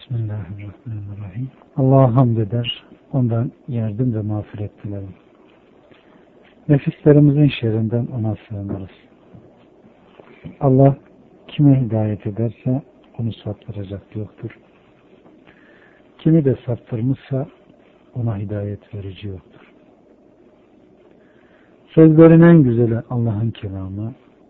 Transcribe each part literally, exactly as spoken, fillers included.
Bismillahirrahmanirrahim. Allah'a hamd eder, ondan yardım ve mağfiret dilerim. Nefislerimizin şerrinden ona sığınırız. Allah kime hidayet ederse onu saptıracak yoktur. Kimi de saptırmışsa ona hidayet verici yoktur. Sözlerin en güzeli Allah'ın kelamı,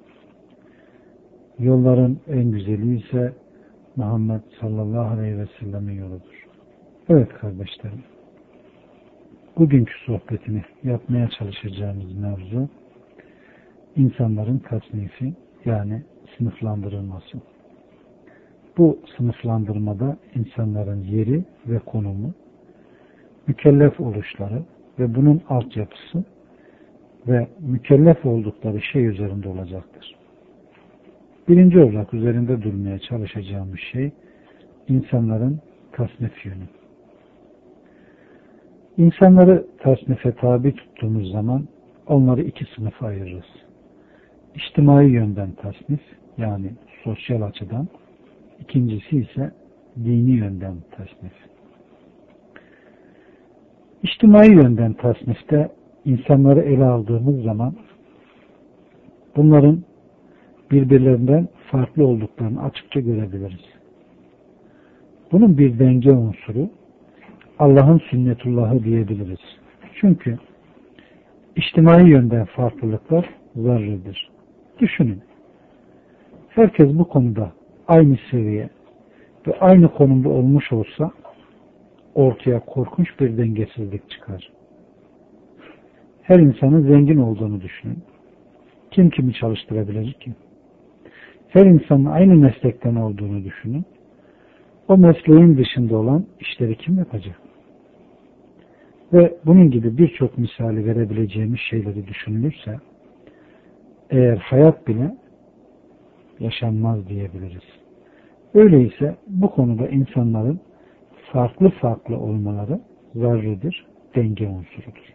yolların en güzeli ise Muhammed sallallahu aleyhi ve sellemin yoludur. Evet kardeşlerim, bugünkü sohbetini yapmaya çalışacağımız mevzu insanların tasnifi, yani sınıflandırılması. Bu sınıflandırmada insanların yeri ve konumu, mükellef oluşları ve bunun altyapısı ve mükellef oldukları şey üzerinde olacaktır. Birinci olarak üzerinde durmaya çalışacağımız şey insanların tasnif yönü. İnsanları tasnife tabi tuttuğumuz zaman onları iki sınıfa ayırırız. İçtimai yönden tasnif, yani sosyal açıdan. İkincisi ise dini yönden tasnif. İçtimai yönden tasnifte insanları ele aldığımız zaman bunların birbirlerinden farklı olduklarını açıkça görebiliriz. Bunun bir denge unsuru Allah'ın sünnetullahı diyebiliriz. Çünkü içtimai yönden farklılıklar zaruridir. Düşünün. Herkes bu konuda aynı seviye ve aynı konumda olmuş olsa ortaya korkunç bir dengesizlik çıkar. Her insanın zengin olduğunu düşünün. Kim kimi çalıştırabilir ki? Her insanın aynı meslekten olduğunu düşünün. O mesleğin dışında olan işleri kim yapacak? Ve bunun gibi birçok misali verebileceğimiz şeyleri düşünülürse eğer hayat bile yaşanmaz diyebiliriz. Öyleyse bu konuda insanların farklı farklı olmaları zaruridir, denge unsurudur.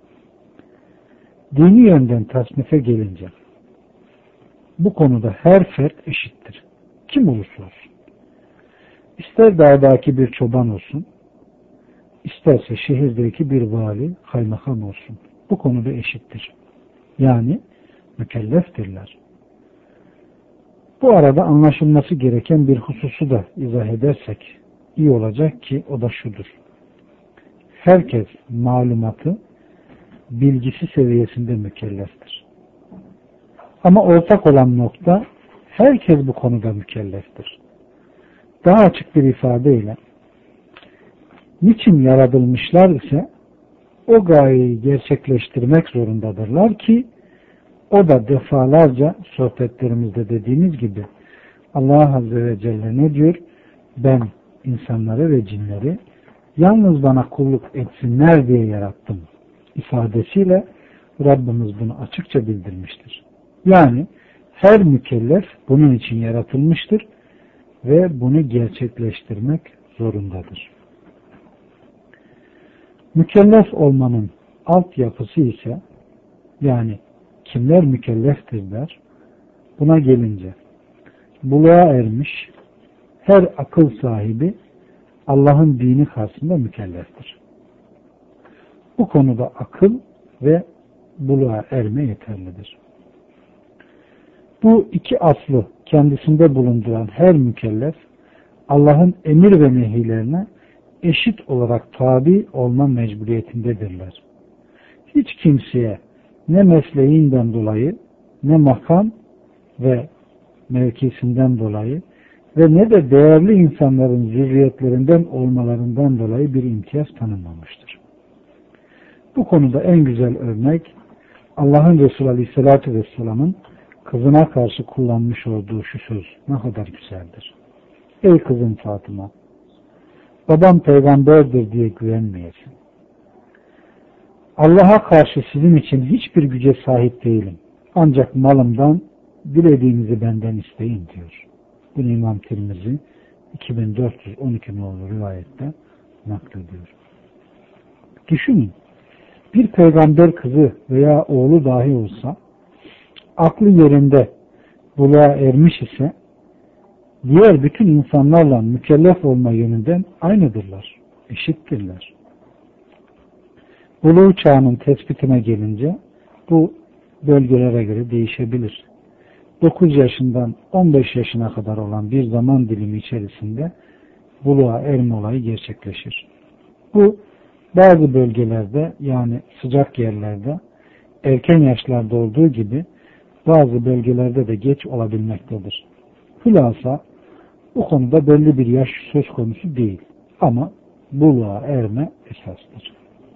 Dini yönden tasnife gelince bu konuda her fert eşittir. Kim olursa olsun. İster dağdaki bir çoban olsun, isterse şehirdeki bir vali, kaymakam olsun. Bu konuda eşittir. Yani mükelleftirler. Bu arada anlaşılması gereken bir hususu da izah edersek iyi olacak ki o da şudur. Herkes malumatı, bilgisi seviyesinde mükelleftir. Ama ortak olan nokta herkes bu konuda mükelleftir. Daha açık bir ifadeyle niçin yaratılmışlar ise o gayeyi gerçekleştirmek zorundadırlar ki o da defalarca sohbetlerimizde dediğimiz gibi Allah Azze ve Celle ne diyor? Ben insanları ve cinleri yalnız bana kulluk etsinler diye yarattım ifadesiyle Rabbimiz bunu açıkça bildirmiştir. Yani her mükellef bunun için yaratılmıştır ve bunu gerçekleştirmek zorundadır. Mükellef olmanın altyapısı ise, yani kimler mükelleftirler? Buna gelince buluğa ermiş her akıl sahibi Allah'ın dini karşısında mükelleftir. Bu konuda akıl ve buluğa erme yeterlidir. Bu iki aslı kendisinde bulunduran her mükellef Allah'ın emir ve nehilerine eşit olarak tabi olma mecburiyetindedirler. Hiç kimseye ne mesleğinden dolayı, ne makam ve mevkisinden dolayı ve ne de değerli insanların zürriyetlerinden olmalarından dolayı bir imtiyaz tanınmamıştır. Bu konuda en güzel örnek Allah'ın Resulü Aleyhisselatü Vesselam'ın kızına karşı kullanmış olduğu şu söz ne kadar güzeldir. Ey kızım Fatıma, babam peygamberdir diye güvenmeyesin. Allah'a karşı sizin için hiçbir güce sahip değilim. Ancak malımdan dilediğinizi benden isteyin diyor. Bunu İmam Tirmizi iki bin dört yüz on iki nolu rivayette naklediyor. Düşünün, bir peygamber kızı veya oğlu dahi olsa aklı yerinde buluğa ermiş ise diğer bütün insanlarla mükellef olma yönünden aynıdırlar, eşittirler. Buluğ çağının tespitine gelince bu bölgelere göre değişebilir. dokuz yaşından on beş yaşına kadar olan bir zaman dilimi içerisinde buluğa erme olayı gerçekleşir. Bu bazı bölgelerde, yani sıcak yerlerde erken yaşlarda olduğu gibi bazı bölgelerde de geç olabilmektedir. Hülasa bu konuda belli bir yaş söz konusu değil ama buluğa erme esastır.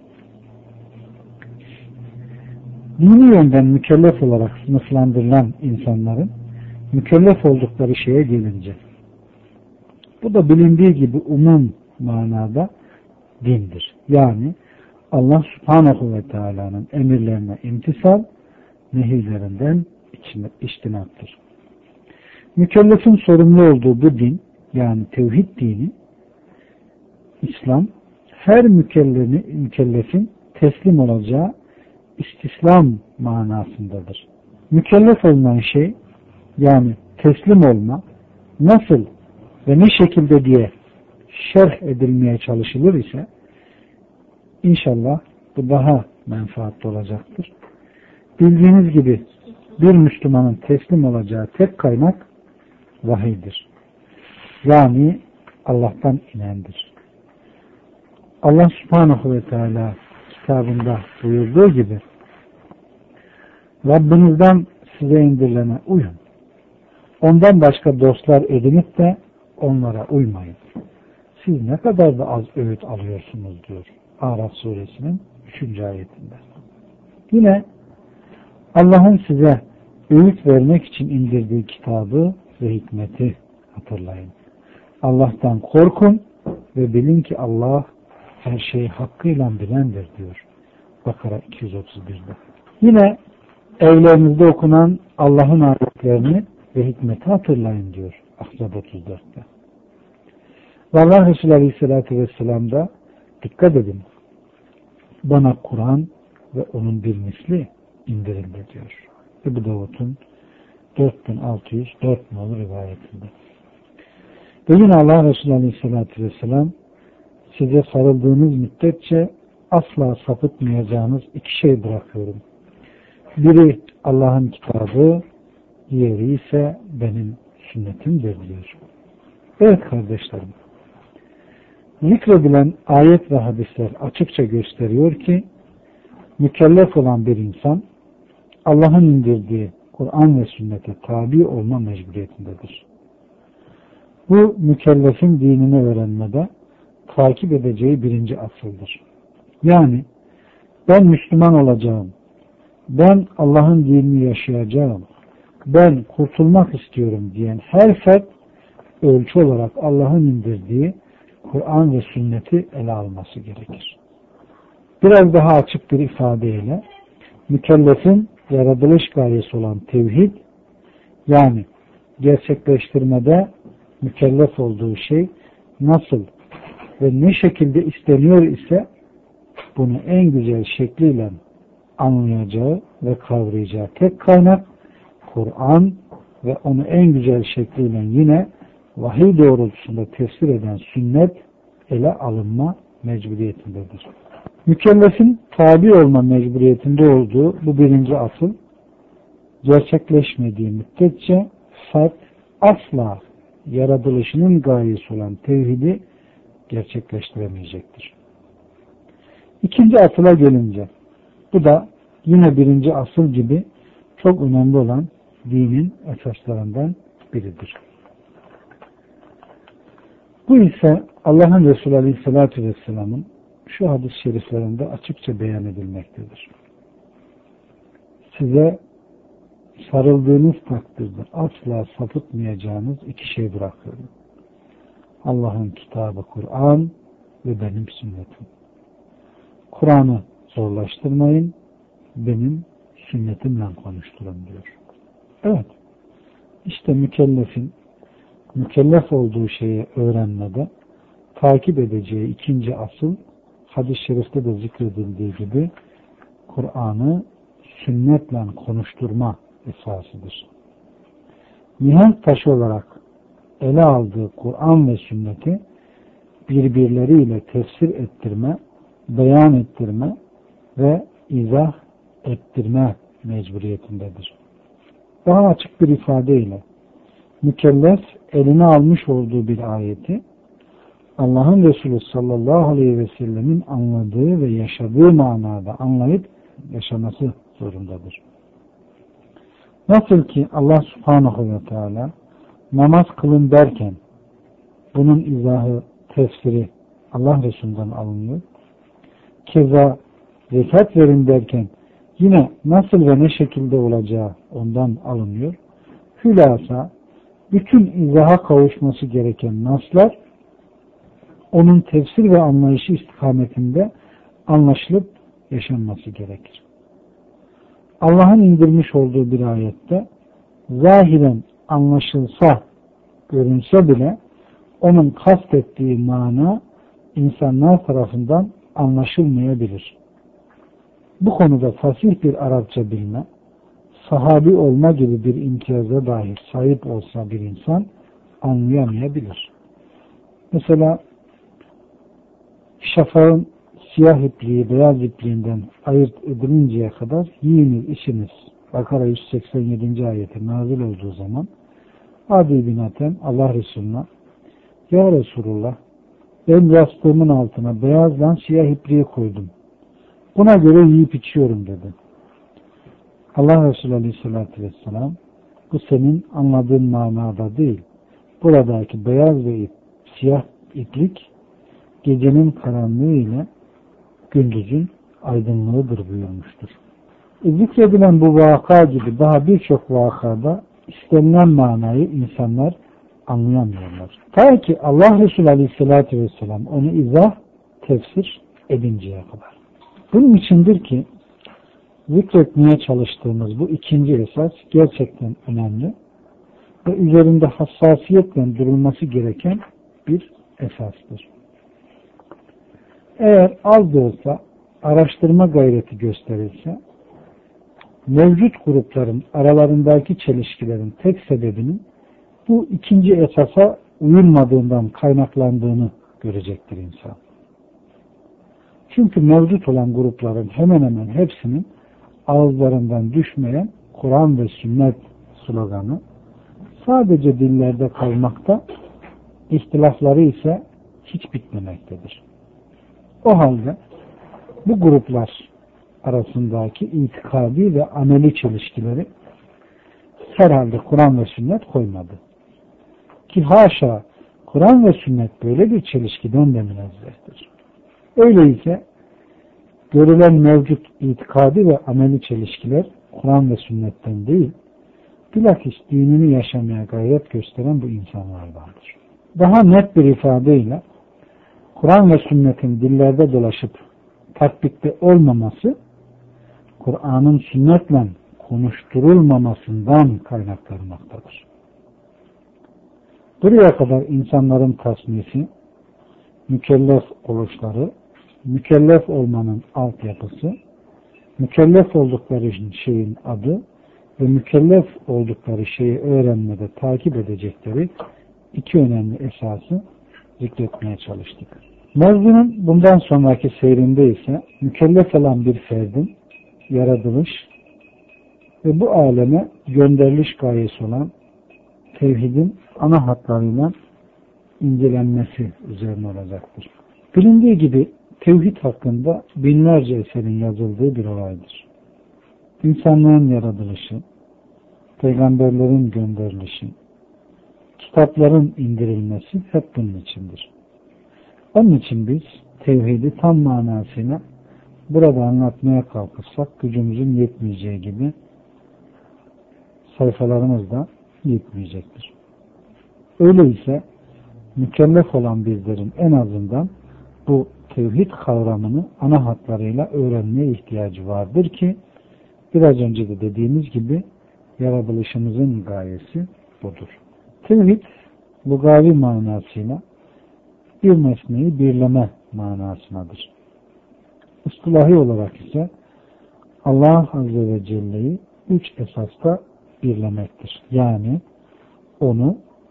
Dini yönden mükellef olarak sınıflandırılan insanların mükellef oldukları şeye gelince, bu da bilindiği gibi umum manada dindir. Yani Allah Subhanahu ve Teala'nın emirlerine imtisal, nehirlerinden içtinaptır. Mükellefin sorumlu olduğu bu din, yani tevhid dini, İslam, her mükellefin teslim olacağı istislam manasındadır. Mükellef olunan şey, yani teslim olma, nasıl ve ne şekilde diye şerh edilmeye çalışılır ise inşallah bu daha menfaatli olacaktır. Bildiğiniz gibi bir Müslümanın teslim olacağı tek kaynak vahiydir. Yani Allah'tan inendir. Allah Subhanahu ve Teala kitabında buyurduğu gibi Rabbinizden size indirilene uyun. Ondan başka dostlar edinip de onlara uymayın. Siz ne kadar da az öğüt alıyorsunuz diyor Araf suresinin üçüncü ayetinde. Yine Allah'ın size öğüt vermek için indirdiği kitabı ve hikmeti hatırlayın. Allah'tan korkun ve bilin ki Allah her şeyi hakkıyla bilendir diyor Bakara iki yüz otuz bir'de. Yine evlerinizde okunan Allah'ın ayetlerini ve hikmeti hatırlayın diyor Ahzab otuz dört'te. Ve Allah Resulü Aleyhisselatü Vesselam da dikkat edin, bana Kur'an ve onun bir misli indirildi diyor. Ebu Davud'un dört bin altı yüz dört nolu rivayetinde. Ve yine Allah Resulü Aleyhisselatü Vesselam size sarıldığınız müddetçe asla sapıtmayacağınız iki şey bırakıyorum. Biri Allah'ın kitabı, diğeri ise benim sünnetimdir diyor. Evet kardeşlerim, zikredilen ayet ve hadisler açıkça gösteriyor ki mükellef olan bir insan Allah'ın indirdiği Kur'an ve sünnete tabi olma mecburiyetindedir. Bu mükellefin dinini öğrenmede takip edeceği birinci asıldır. Yani ben Müslüman olacağım, ben Allah'ın dinini yaşayacağım, ben kurtulmak istiyorum diyen her fert ölçü olarak Allah'ın indirdiği Kur'an ve sünneti ele alması gerekir. Biraz daha açık bir ifadeyle mükellefin yaratılış gayesi olan tevhid, yani gerçekleştirmede mükellef olduğu şey nasıl ve ne şekilde isteniyor ise bunu en güzel şekliyle anlayacağı ve kavrayacağı tek kaynak Kur'an ve onu en güzel şekliyle yine vahiy doğrultusunda tefsir eden sünnet ele alınma mecburiyetindedir. Mükellefin tabi olma mecburiyetinde olduğu bu birinci asıl gerçekleşmediği müddetçe fert asla yaratılışının gayesi olan tevhidi gerçekleştiremeyecektir. İkinci asıla gelince, bu da yine birinci asıl gibi çok önemli olan dinin esaslarından biridir. Bu ise Allah'ın Resulü Aleyhisselatü Vesselam'ın şu hadis-i şeriflerinde açıkça beyan edilmektedir. Size sarıldığınız takdirde asla sapıtmayacağınız iki şey bırakıyorum. Allah'ın kitabı Kur'an ve benim sünnetim. Kur'an'ı zorlaştırmayın, benim sünnetimle konuşturun diyor. Evet, işte mükellefin mükellef olduğu şeyi öğrenmede takip edeceği ikinci asıl, hadis-i şerifte de zikredildiği gibi Kur'an'ı sünnetle konuşturma esasıdır. Mihenk taşı olarak ele aldığı Kur'an ve sünneti birbirleriyle tefsir ettirme, beyan ettirme ve izah ettirme mecburiyetindedir. Daha açık bir ifadeyle mükellef eline almış olduğu bir ayeti Allah'ın Resulü sallallahu aleyhi ve sellemin anladığı ve yaşadığı manada anlayıp yaşaması zorundadır. Nasıl ki Allah subhanahu ve teala namaz kılın derken bunun izahı, tefsiri Allah Resulü'nden alınıyor. Keza zekat verin derken yine nasıl ve ne şekilde olacağı ondan alınıyor. Hülasa bütün izaha kavuşması gereken naslar onun tefsir ve anlayışı istikametinde anlaşılıp yaşanması gerekir. Allah'ın indirmiş olduğu bir ayette zahiren anlaşılsa, görünse bile onun kastettiği mana insanlar tarafından anlaşılmayabilir. Bu konuda fasih bir Arapça bilme, sahabi olma gibi bir imtiyaza dahi sahip olsa bir insan anlayamayabilir. Mesela şafağın siyah ipliği beyaz ipliğinden ayırt edilinceye kadar yiyiniz, içiniz. Bakara yüz seksen yedinci ayeti nazil olduğu zaman Adi bin Hatem Allah Resulü'ne Ya Resulullah ben yastığımın altına beyazdan siyah ipliği koydum. Buna göre yiyip içiyorum dedi. Allah Resulü Aleyhisselatü Vesselam bu senin anladığın manada değil. Buradaki beyaz ve ip, siyah iplik gecenin karanlığı ile gündüzün aydınlığıdır buyurmuştur. E, zikredilen bu vaka gibi daha birçok vakada istenilen manayı insanlar anlayamıyorlar. Ta ki Allah Resulü Aleyhisselatü Vesselam onu izah, tefsir edinceye kadar. Bunun içindir ki zikretmeye çalıştığımız bu ikinci esas gerçekten önemli ve üzerinde hassasiyetle durulması gereken bir esastır. Eğer az da olsa araştırma gayreti gösterilse, mevcut grupların aralarındaki çelişkilerin tek sebebinin bu ikinci esasa uyulmadığından kaynaklandığını görecektir insan. Çünkü mevcut olan grupların hemen hemen hepsinin ağızlarından düşmeyen Kur'an ve sünnet sloganı sadece dillerde kalmakta, ihtilafları ise hiç bitmemektedir. O halde bu gruplar arasındaki itikadi ve ameli çelişkileri herhalde Kur'an ve sünnet koymadı. Ki haşa Kur'an ve sünnet böyle bir çelişkiden de münezzehtir. Öyleyse görülen mevcut itikadi ve ameli çelişkiler Kur'an ve sünnetten değil, bilakis dinini yaşamaya gayret gösteren bu insanlardandır. Daha net bir ifadeyle Kur'an ve sünnetin dillerde dolaşıp tatbikte olmaması, Kur'an'ın sünnetle konuşturulmamasından kaynaklanmaktadır. Buraya kadar insanların tasnisi, mükellef oluşları, mükellef olmanın altyapısı, mükellef oldukları şeyin adı ve mükellef oldukları şeyi öğrenmede takip edecekleri iki önemli esası zikretmeye çalıştık. Mevzunun bundan sonraki seyrinde ise mükellef olan bir ferdin yaratılış ve bu aleme gönderiliş gayesi olan tevhidin ana hatlarıyla incelenmesi üzerine olacaktır. Bilindiği gibi tevhid hakkında binlerce eserin yazıldığı bir olaydır. İnsanlığın yaratılışı, peygamberlerin gönderilişi, kitapların indirilmesi hep bunun içindir. Onun için biz tevhidi tam manasıyla burada anlatmaya kalkırsak gücümüzün yetmeyeceği gibi sayfalarımız da yetmeyecektir. Öyleyse mükellef olan bizlerin en azından bu tevhid kavramını ana hatlarıyla öğrenmeye ihtiyacı vardır ki biraz önce de dediğimiz gibi yaratılışımızın gayesi budur. Tevhid lugavi manasıyla bir nesneyi birleme manasındadır. İstilahi olarak ise Allah Azze ve Celle'yi üç esasta birlemektir. Yani onu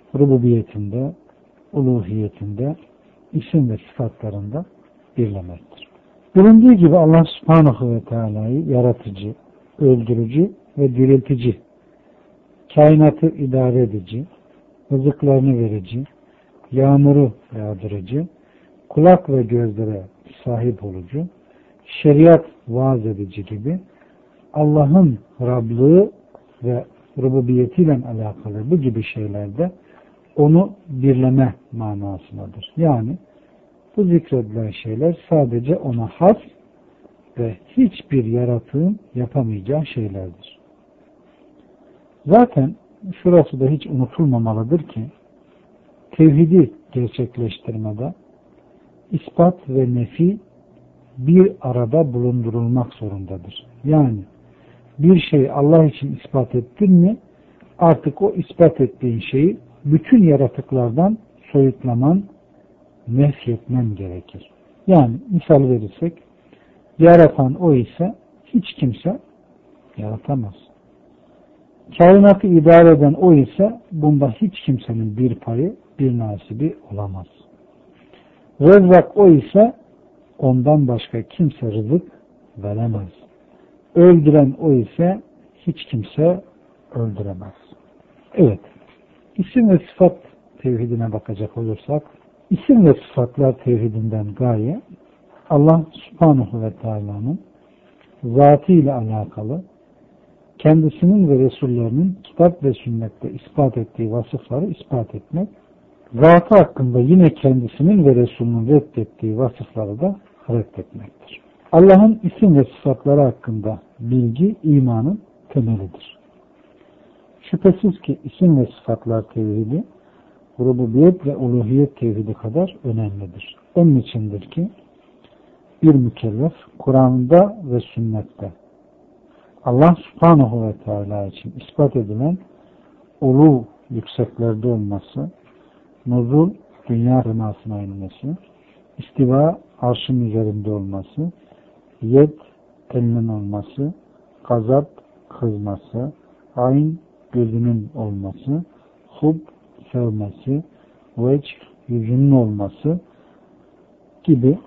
rububiyetinde, uluhiyetinde, isim ve sıfatlarında birlemektir. Bilindiği gibi Allah Subhanahu ve Teala'yı yaratıcı, öldürücü ve diriltici, kainatı idare edici, rızıklarını verici, yağmuru yağdırıcı, kulak ve gözlere sahip olucu, şeriat vaaz edici gibi Allah'ın Rablığı ve rububiyetiyle alakalı bu gibi şeylerde onu birleme manasındadır. Yani bu zikredilen şeyler sadece ona has ve hiçbir yaratığın yapamayacağı şeylerdir. Zaten şurası da hiç unutulmamalıdır ki tevhidi gerçekleştirmede ispat ve nefi bir arada bulundurulmak zorundadır. Yani bir şey Allah için ispat ettin mi artık o ispat ettiğin şeyi bütün yaratıklardan soyutlaman, nefyetmen gerekir. Yani misal verirsek yaratan o ise hiç kimse yaratamaz. Kainatı idare eden o ise bunda hiç kimsenin bir payı, bir nasibi olamaz. Rezzak o ise ondan başka kimse rızık veremez. Öldüren o ise hiç kimse öldüremez. Evet, isim ve sıfat tevhidine bakacak olursak, isim ve sıfatlar tevhidinden gaye, Allah Subhanahu ve Teala'nın zatı ile alakalı, kendisinin ve Resullerinin kitap ve sünnette ispat ettiği vasıfları ispat etmek, zatı hakkında yine kendisinin ve Resulünün reddettiği vasıfları da reddetmektir. Allah'ın isim ve sıfatları hakkında bilgi imanın temelidir. Şüphesiz ki isim ve sıfatlar tevhidi, rububiyet ve uluhiyet tevhidi kadar önemlidir. Onun içindir ki bir mükellef Kur'an'da ve sünnette Allah Subhanahu ve Teala için ispat edilen ulu yükseklerde olması, nuzul dünya semasına inmesi, istiva arşın üzerinde olması, yed elinin olması, gazap kızması, ayn gözünün olması, hub sevmesi, vecih yüzünün olması gibi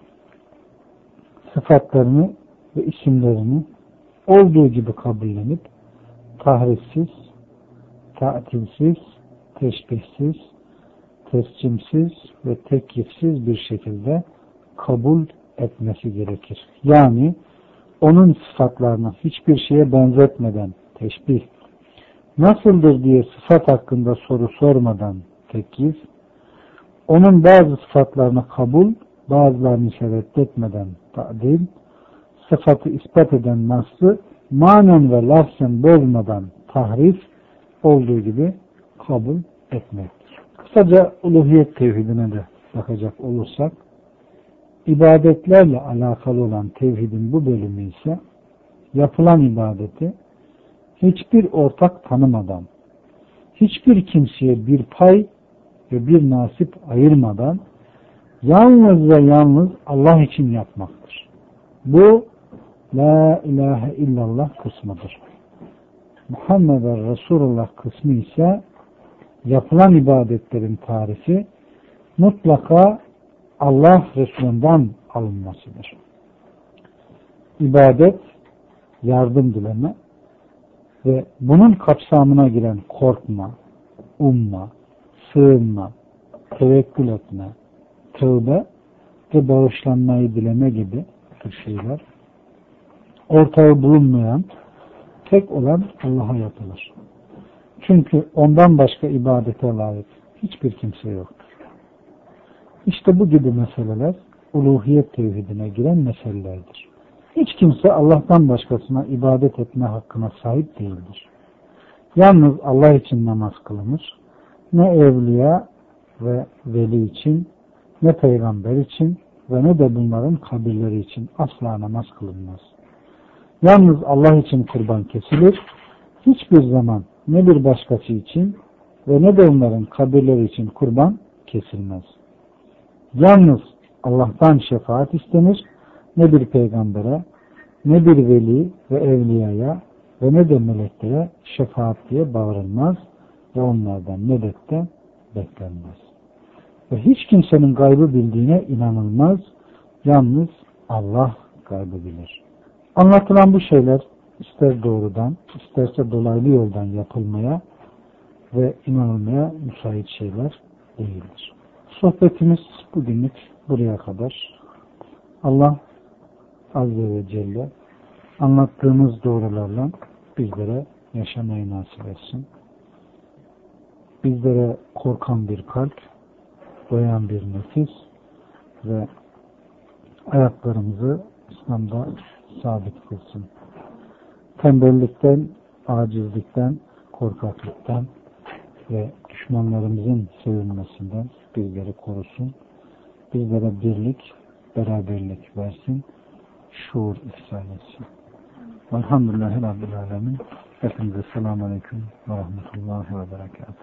sıfatlarını ve isimlerini olduğu gibi kabullenip tahrifsiz, ta'tilsiz, teşbihsiz, tescimsiz ve tekyifsiz bir şekilde kabul etmesi gerekir. Yani onun sıfatlarını hiçbir şeye benzetmeden teşbih, nasıldır diye sıfat hakkında soru sormadan tekyif, onun bazı sıfatlarını kabul, bazılarını ise reddetmeden ta'dil, sıfatı ispat eden nasıl manen ve lafzen bozmadan tahrif olduğu gibi kabul etmektir. Kısaca uluhiyet tevhidine de bakacak olursak, ibadetlerle alakalı olan tevhidin bu bölümü ise yapılan ibadeti hiçbir ortak tanımadan, hiçbir kimseye bir pay ve bir nasip ayırmadan yalnız ve yalnız Allah için yapmaktır. Bu La ilahe illallah kısmıdır. Muhammeden Resulullah kısmı ise yapılan ibadetlerin tarifi mutlaka Allah Resulü'nden alınmasıdır. İbadet, yardım dileme ve bunun kapsamına giren korkma, umma, sığınma, tevekkül etme, tövbe ve bağışlanmayı dileme gibi tür şeyler ortağı bulunmayan, tek olan Allah'a yapılır. Çünkü ondan başka ibadete layık hiçbir kimse yoktur. İşte bu gibi meseleler uluhiyet tevhidine giren meselelerdir. Hiç kimse Allah'tan başkasına ibadet etme hakkına sahip değildir. Yalnız Allah için namaz kılınır. Ne evliya ve veli için, ne peygamber için ve ne de bunların kabirleri için asla namaz kılınmaz. Yalnız Allah için kurban kesilir. Hiçbir zaman ne bir başkası için ve ne de onların kabirleri için kurban kesilmez. Yalnız Allah'tan şefaat istenir. Ne bir peygambere, ne bir veli ve evliyaya ve ne de meleklere şefaat diye bağırılmaz ve onlardan medet de beklenmez. Ve hiç kimsenin gaybı bildiğine inanılmaz. Yalnız Allah gaybı bilir. Anlatılan bu şeyler ister doğrudan, isterse dolaylı yoldan yapılmaya ve inanılmaya müsait şeyler değildir. Sohbetimiz bugünlük buraya kadar. Allah Azze ve Celle anlattığımız doğrularla bizlere yaşamayı nasip etsin. Bizlere korkan bir kalp, doyan bir nefis ve ayaklarımızı İslam'da sabit kılsın. Tembellikten, acizlikten, korkaklıktan ve düşmanlarımızın sevilmesinden bizleri korusun. Bizlere birlik, beraberlik versin. Şuur ihsan etsin. Elhamdülillahi Rabbil Alemin. Hepinize selamun aleyküm ve rahmetullahi ve berekatuhu.